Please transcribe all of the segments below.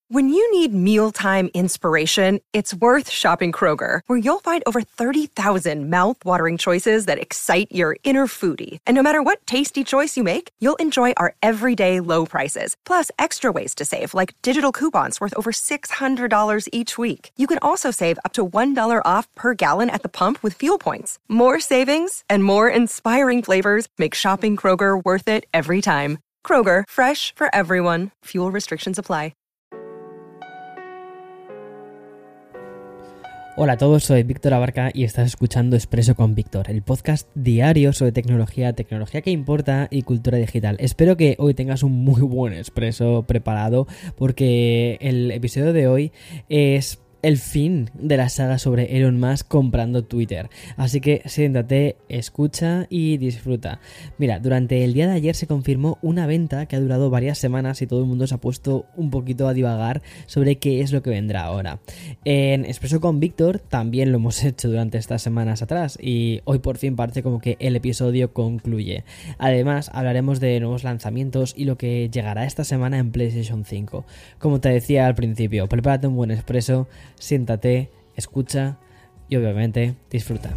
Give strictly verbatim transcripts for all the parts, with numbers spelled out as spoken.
When you need mealtime inspiration, it's worth shopping Kroger, where you'll find over thirty thousand mouth-watering choices that excite your inner foodie. And no matter what tasty choice you make, you'll enjoy our everyday low prices, plus extra ways to save, like digital coupons worth over six hundred dollars each week. You can also save up to one dollar off per gallon at the pump with fuel points. More savings and more inspiring flavors make shopping Kroger worth it every time. Kroger, fresh for everyone. Fuel restrictions apply. Hola a todos, soy Víctor Abarca y estás escuchando Expreso con Víctor, el podcast diario sobre tecnología, tecnología que importa y cultura digital. Espero que hoy tengas un muy buen expreso preparado porque el episodio de hoy es el fin de la saga sobre Elon Musk comprando Twitter. Así que siéntate, escucha y disfruta. Mira, durante el día de ayer se confirmó una venta que ha durado varias semanas y todo el mundo se ha puesto un poquito a divagar sobre qué es lo que vendrá ahora. En Expreso con Víctor también lo hemos hecho durante estas semanas atrás y hoy por fin parece como que el episodio concluye. Además, hablaremos de nuevos lanzamientos y lo que llegará esta semana en PlayStation cinco. Como te decía al principio, prepárate un buen expreso, siéntate, escucha y obviamente disfruta.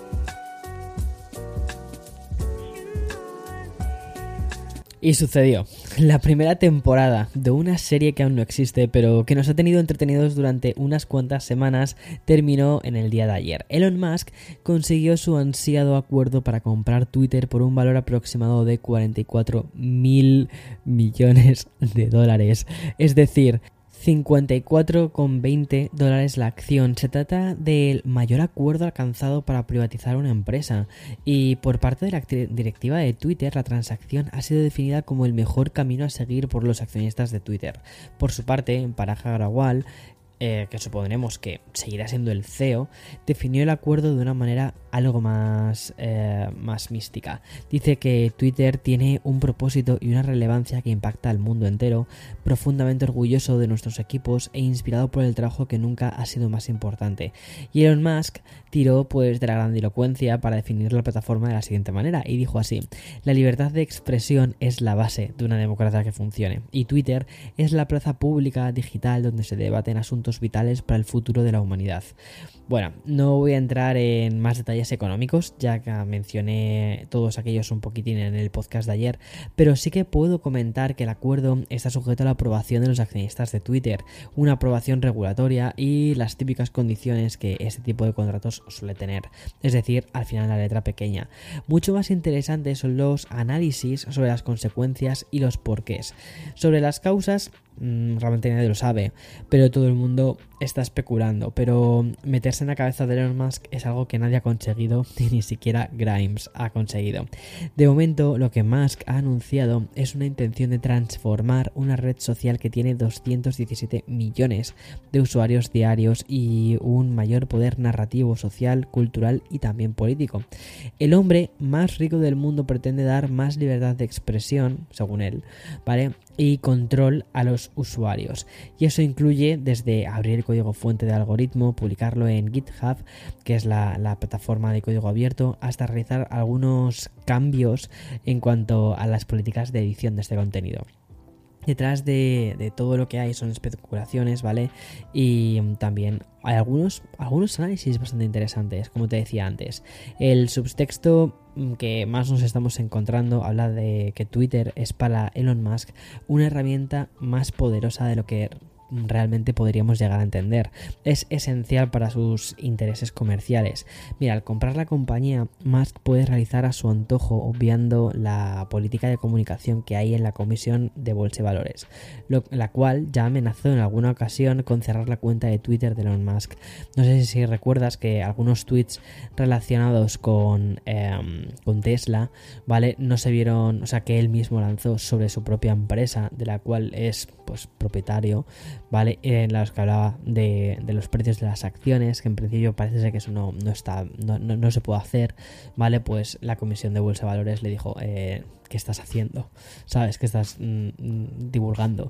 Y sucedió. La primera temporada de una serie que aún no existe, pero que nos ha tenido entretenidos durante unas cuantas semanas, terminó en el día de ayer. Elon Musk consiguió su ansiado acuerdo para comprar Twitter por un valor aproximado de cuarenta y cuatro mil millones de dólares. Es decir, cincuenta y cuatro coma veinte dólares la acción. Se trata del mayor acuerdo alcanzado para privatizar una empresa y por parte de la directiva de Twitter la transacción ha sido definida como el mejor camino a seguir por los accionistas de Twitter. Por su parte, Parag Agrawal, Eh, que supondremos que seguirá siendo el C E O, definió el acuerdo de una manera algo más, eh, más mística. Dice que Twitter tiene un propósito y una relevancia que impacta al mundo entero, profundamente orgulloso de nuestros equipos e inspirado por el trabajo que nunca ha sido más importante. Y Elon Musk tiró pues de la grandilocuencia para definir la plataforma de la siguiente manera y dijo así: la libertad de expresión es la base de una democracia que funcione y Twitter es la plaza pública digital donde se debaten asuntos vitales para el futuro de la humanidad. Bueno, no voy a entrar en más detalles económicos, ya que mencioné todos aquellos un poquitín en el podcast de ayer, pero sí que puedo comentar que el acuerdo está sujeto a la aprobación de los accionistas de Twitter, una aprobación regulatoria y las típicas condiciones que este tipo de contratos suele tener, es decir, al final la letra pequeña. Mucho más interesantes son los análisis sobre las consecuencias y los porqués. Sobre las causas, realmente nadie lo sabe, pero todo el mundo está especulando, pero meterse en la cabeza de Elon Musk es algo que nadie ha conseguido y ni siquiera Grimes ha conseguido. De momento, lo que Musk ha anunciado es una intención de transformar una red social que tiene doscientos diecisiete millones de usuarios diarios y un mayor poder narrativo, social, cultural y también político. El hombre más rico del mundo pretende dar más libertad de expresión, según él, ¿vale?, y control a los usuarios. Y eso incluye desde abrir el código fuente de algoritmo, publicarlo en GitHub, que es la, la plataforma de código abierto, hasta realizar algunos cambios en cuanto a las políticas de edición de este contenido. Detrás de, de todo lo que hay son especulaciones, ¿vale? Y también hay algunos, algunos análisis bastante interesantes, como te decía antes. El subtexto que más nos estamos encontrando habla de que Twitter es para Elon Musk una herramienta más poderosa de lo que realmente podríamos llegar a entender. Es esencial para sus intereses comerciales. Mira, al comprar la compañía, Musk puede realizar a su antojo, obviando la política de comunicación que hay en la Comisión de Bolsa y Valores, lo, la cual ya amenazó en alguna ocasión con cerrar la cuenta de Twitter de Elon Musk. No sé si recuerdas que algunos tweets relacionados con, eh, con Tesla, ¿vale?, no se vieron, o sea, que él mismo lanzó sobre su propia empresa, de la cual es pues propietario, ¿vale?, en los que hablaba de, de los precios de las acciones, que en principio parece ser que eso no, no está, no, no, no se puede hacer, ¿vale? Pues la Comisión de Bolsa de Valores le dijo, eh, ¿qué estás haciendo? ¿Sabes? ¿Qué estás mm, divulgando?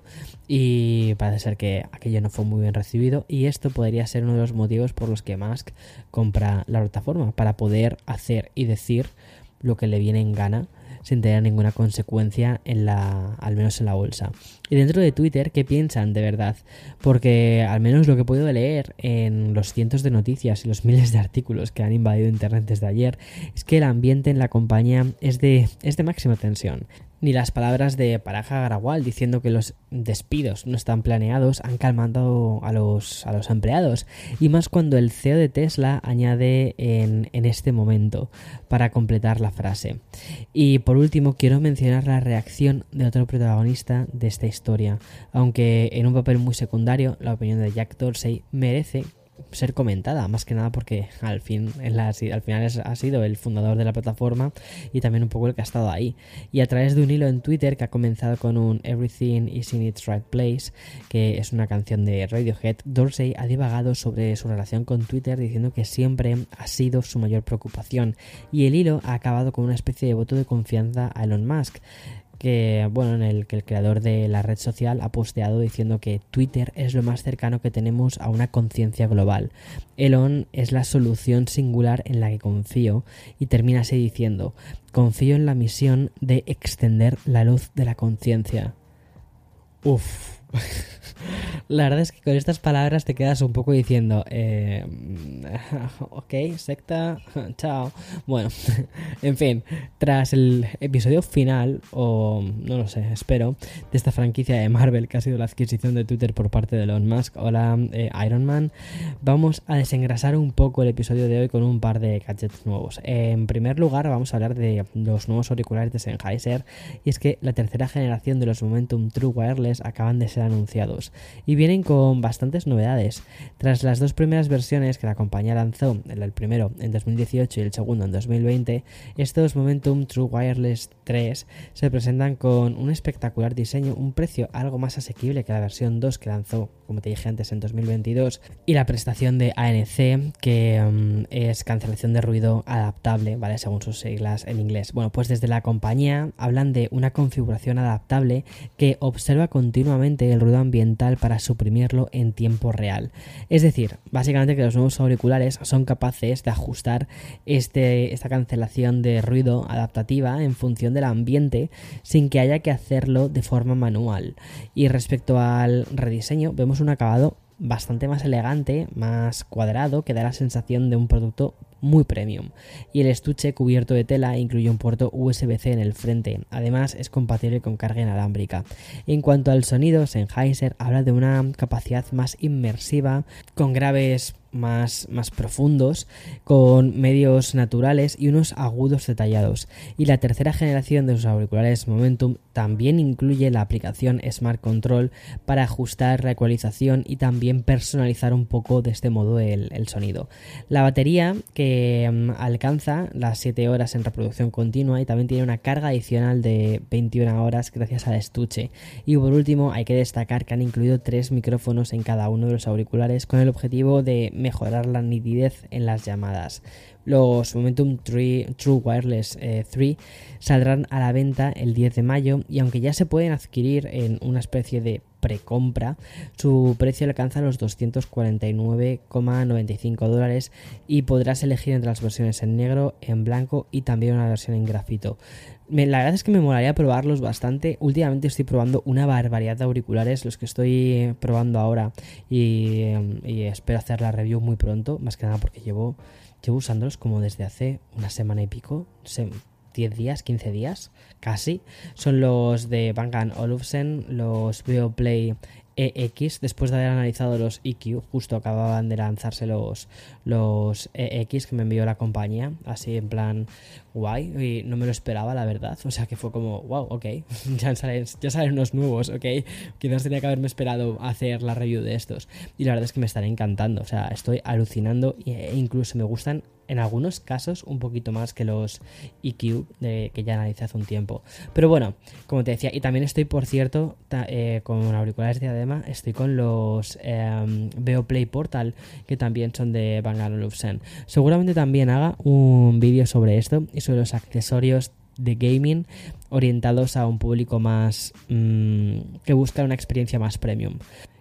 Y parece ser que aquello no fue muy bien recibido, y esto podría ser uno de los motivos por los que Musk compra la plataforma, para poder hacer y decir lo que le viene en gana sin tener ninguna consecuencia en la, al menos en la bolsa. Y dentro de Twitter, ¿qué piensan de verdad? Porque al menos lo que he podido leer en los cientos de noticias y los miles de artículos que han invadido internet desde ayer es que el ambiente en la compañía es de, es de máxima tensión. Ni las palabras de Parag Agrawal diciendo que los despidos no están planeados han calmado a los, a los empleados, y más cuando el C E O de Tesla añade en, en este momento para completar la frase. Y por último quiero mencionar la reacción de otro protagonista de esta historia, aunque en un papel muy secundario. La opinión de Jack Dorsey merece ser comentada, más que nada porque al fin él ha, al final es, ha sido el fundador de la plataforma y también un poco el que ha estado ahí. Y a través de un hilo en Twitter que ha comenzado con un Everything is in its right place, que es una canción de Radiohead, Dorsey ha divagado sobre su relación con Twitter, diciendo que siempre ha sido su mayor preocupación, y el hilo ha acabado con una especie de voto de confianza a Elon Musk, que bueno, en el que el creador de la red social ha posteado diciendo que Twitter es lo más cercano que tenemos a una conciencia global. Elon es la solución singular en la que confío, y termina así diciendo: confío en la misión de extender la luz de la conciencia. Uff. La verdad es que con estas palabras te quedas un poco diciendo eh, ok, secta, chao. Bueno, en fin, tras el episodio final, o no lo sé, espero, de esta franquicia de Marvel que ha sido la adquisición de Twitter por parte de Elon Musk, hola eh, Iron Man, vamos a desengrasar un poco el episodio de hoy con un par de gadgets nuevos. En primer lugar vamos a hablar de los nuevos auriculares de Sennheiser, y es que la tercera generación de los Momentum True Wireless acaban de ser anunciados y vienen con bastantes novedades. Tras las dos primeras versiones que la compañía lanzó, el primero en dos mil dieciocho y el segundo en dos mil veinte, estos Momentum True Wireless tres se presentan con un espectacular diseño, un precio algo más asequible que la versión dos que lanzó, como te dije antes, en dos mil veintidós, y la prestación de A N C, que um, es cancelación de ruido adaptable, ¿vale? Según sus siglas en inglés. Bueno, pues desde la compañía hablan de una configuración adaptable que observa continuamente el ruido ambiental para suprimirlo en tiempo real. Es decir, básicamente que los nuevos auriculares son capaces de ajustar este, esta cancelación de ruido adaptativa en función del ambiente sin que haya que hacerlo de forma manual. Y respecto al rediseño, vemos un acabado bastante más elegante, más cuadrado, que da la sensación de un producto muy premium, y el estuche cubierto de tela incluye un puerto U S B C en el frente. Además es compatible con carga inalámbrica. En cuanto al sonido, Sennheiser habla de una capacidad más inmersiva, con graves más, más profundos, con medios naturales y unos agudos detallados. Y la tercera generación de sus auriculares Momentum también incluye la aplicación Smart Control para ajustar la ecualización y también personalizar un poco de este modo el, el sonido. La batería, que um, alcanza las siete horas en reproducción continua, y también tiene una carga adicional de veintiuna horas gracias al estuche. Y por último hay que destacar que han incluido tres micrófonos en cada uno de los auriculares con el objetivo de mejorar la nitidez en las llamadas. Los Momentum True Wireless eh, tres saldrán a la venta el diez de mayo, y aunque ya se pueden adquirir en una especie de precompra, su precio alcanza los doscientos cuarenta y nueve coma noventa y cinco dólares, y podrás elegir entre las versiones en negro, en blanco y también una versión en grafito. Me, la verdad es que me molaría probarlos bastante. Últimamente estoy probando una barbaridad de auriculares, los que estoy probando ahora, y, y espero hacer la review muy pronto, más que nada porque llevo, llevo usándolos como desde hace una semana y pico, se, diez días, quince días, casi. Son los de Bang and Olufsen, los Beoplay E X. Después de haber analizado los E Q, justo acababan de lanzarse los, los E X que me envió la compañía, así en plan guay, y no me lo esperaba, la verdad. O sea que fue como, wow, ok, ya salen, ya salen unos nuevos, ok. Quizás tenía que haberme esperado a hacer la review de estos, y la verdad es que me están encantando. O sea, estoy alucinando, e incluso me gustan en algunos casos un poquito más que los E Q de, que ya analicé hace un tiempo. Pero bueno, como te decía, y también estoy, por cierto, ta, eh, con auriculares de diadema, estoy con los eh, Beoplay Portal, que también son de Bang and Olufsen. Seguramente también haga un vídeo sobre esto y sobre los accesorios de gaming orientados a un público más mmm, que busca una experiencia más premium.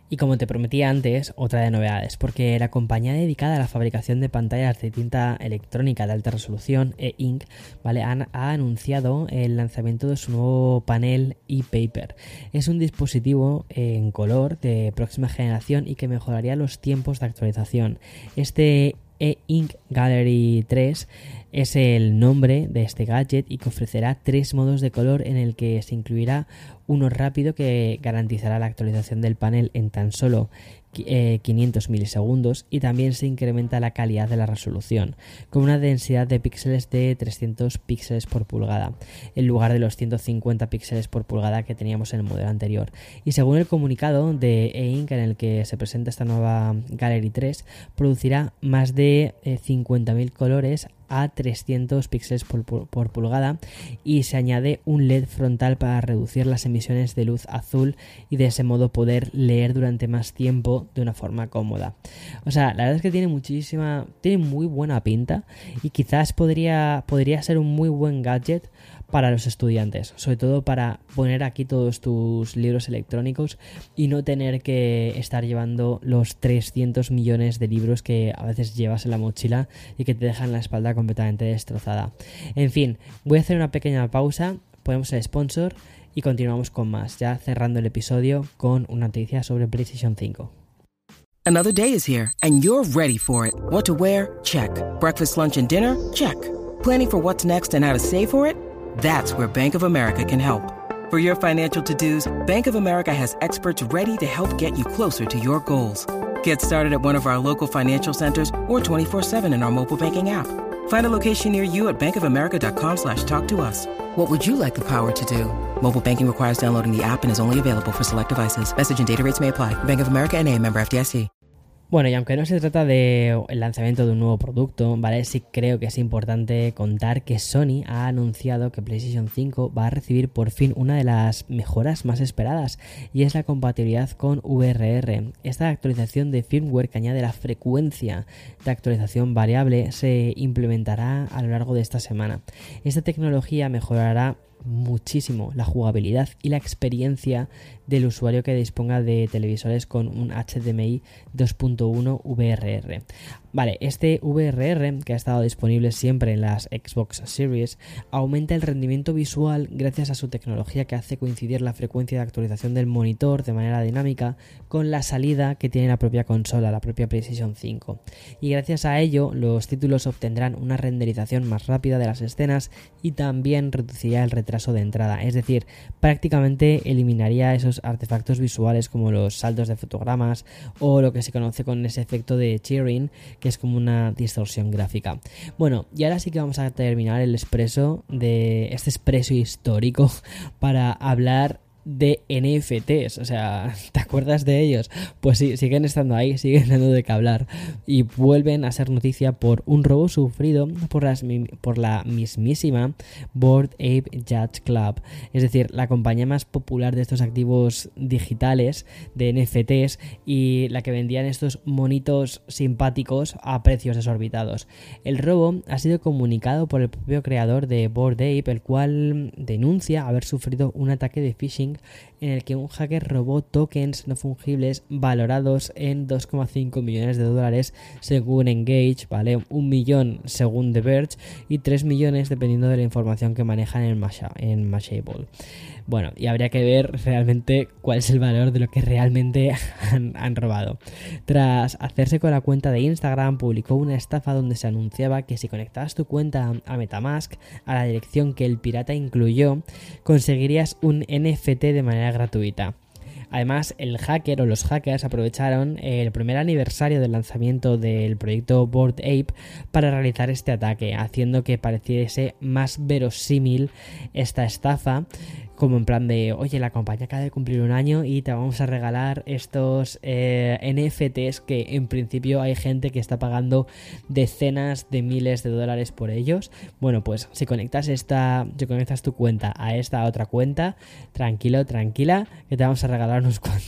Y como te prometí antes, otra de novedades, porque la compañía dedicada a la fabricación de pantallas de tinta electrónica de alta resolución, E-Ink, ¿vale? Han, ha anunciado el lanzamiento de su nuevo panel ePaper. Es un dispositivo en color de próxima generación y que mejoraría los tiempos de actualización. Este E-Ink Gallery tres es el nombre de este gadget y que ofrecerá tres modos de color, en el que se incluirá uno rápido que garantizará la actualización del panel en tan solo eh, quinientos milisegundos, y también se incrementa la calidad de la resolución con una densidad de píxeles de trescientos píxeles por pulgada en lugar de los ciento cincuenta píxeles por pulgada que teníamos en el modelo anterior. Y según el comunicado de E-Ink en el que se presenta esta nueva Gallery tres, producirá más de eh, cincuenta mil colores a trescientos píxeles por, por, por pulgada, y se añade un L E D frontal para reducir las emisiones de luz azul y de ese modo poder leer durante más tiempo de una forma cómoda. O sea, la verdad es que tiene muchísima, tiene muy buena pinta, y quizás podría, podría ser un muy buen gadget para los estudiantes, sobre todo para poner aquí todos tus libros electrónicos y no tener que estar llevando los trescientos millones de libros que a veces llevas en la mochila y que te dejan la espalda completamente destrozada. En fin, voy a hacer una pequeña pausa, ponemos el sponsor y continuamos con más, ya cerrando el episodio con una noticia sobre PlayStation cinco. Another day is here and you're ready for it. What to wear? Check. Breakfast, lunch, and dinner? Check. Planning for what's next and how to save for it? That's where Bank of America can help. For your financial to-dos, Bank of America has experts ready to help get you closer to your goals. Get started at one of our local financial centers or twenty-four seven in our mobile banking app. Find a location near you at bankofamerica.com slash talk to us. What would you like the power to do? Mobile banking requires downloading the app and is only available for select devices. Message and data rates may apply. Bank of America N A, member F D I C. Bueno, y aunque no se trata del lanzamiento de un nuevo producto, ¿vale? Sí creo que es importante contar que Sony ha anunciado que PlayStation cinco va a recibir por fin una de las mejoras más esperadas, y es la compatibilidad con V R R. Esta actualización de firmware, que añade la frecuencia de actualización variable, se implementará a lo largo de esta semana. Esta tecnología mejorará muchísimo la jugabilidad y la experiencia del usuario que disponga de televisores con un H D M I dos punto uno V R R. Vale, este V R R, que ha estado disponible siempre en las Xbox Series, aumenta el rendimiento visual gracias a su tecnología que hace coincidir la frecuencia de actualización del monitor de manera dinámica con la salida que tiene la propia consola, la propia PlayStation cinco. Y gracias a ello, los títulos obtendrán una renderización más rápida de las escenas y también reduciría el retraso de entrada. Es decir, prácticamente eliminaría esos artefactos visuales como los saltos de fotogramas o lo que se conoce con ese efecto de tearing, que es como una distorsión gráfica. Bueno, y ahora sí que vamos a terminar el expreso de este expreso histórico para hablar de N F Ts. O sea, ¿te acuerdas de ellos? Pues sí, siguen estando ahí, siguen dando de qué hablar y vuelven a ser noticia por un robo sufrido por, las, por la mismísima Bored Ape Yacht Club, es decir, la compañía más popular de estos activos digitales de N F Ts y la que vendían estos monitos simpáticos a precios desorbitados. El robo ha sido comunicado por el propio creador de Bored Ape, el cual denuncia haber sufrido un ataque de phishing en el que un hacker robó tokens no fungibles valorados en dos coma cinco millones de dólares según Engage, ¿vale? Un millón según The Verge y tres millones dependiendo de la información que manejan en, Masha, en Mashable. Bueno, y habría que ver realmente cuál es el valor de lo que realmente han, han robado. Tras hacerse con la cuenta de Instagram, publicó una estafa donde se anunciaba que si conectabas tu cuenta a MetaMask a la dirección que el pirata incluyó, conseguirías un N F T de manera gratuita. Además, el hacker o los hackers aprovecharon el primer aniversario del lanzamiento del proyecto Bored Ape para realizar este ataque, haciendo que pareciese más verosímil esta estafa, como en plan de, oye, la compañía acaba de cumplir un año y te vamos a regalar estos eh, N F Ts que en principio hay gente que está pagando decenas de miles de dólares por ellos. Bueno, pues si conectas esta, si conectas tu cuenta a esta otra cuenta, tranquilo, tranquila, que te vamos a regalar unos cuantos.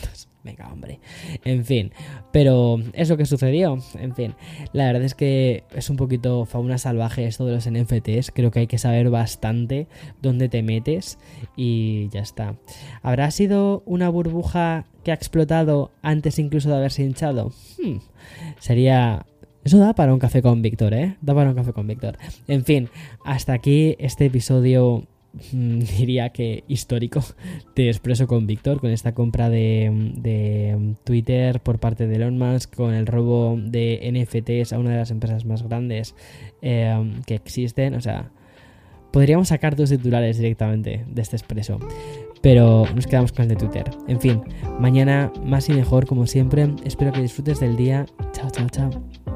venga, hombre. En fin, pero eso que sucedió, en fin, la verdad es que es un poquito fauna salvaje esto de los N F Ts. Creo que hay que saber bastante dónde te metes y ya está. ¿Habrá sido una burbuja que ha explotado antes incluso de haberse hinchado? Hmm, sería... Eso da para un café con Víctor, ¿eh? Da para un café con Víctor. En fin, hasta aquí este episodio, mmm, diría que histórico, de Expreso con Víctor, con esta compra de, de Twitter por parte de Elon Musk, con el robo de N F Ts a una de las empresas más grandes eh, que existen. O sea, podríamos sacar dos titulares directamente de este Expreso, pero nos quedamos con el de Twitter. En fin, mañana más y mejor como siempre. Espero que disfrutes del día. Chao, chao, chao.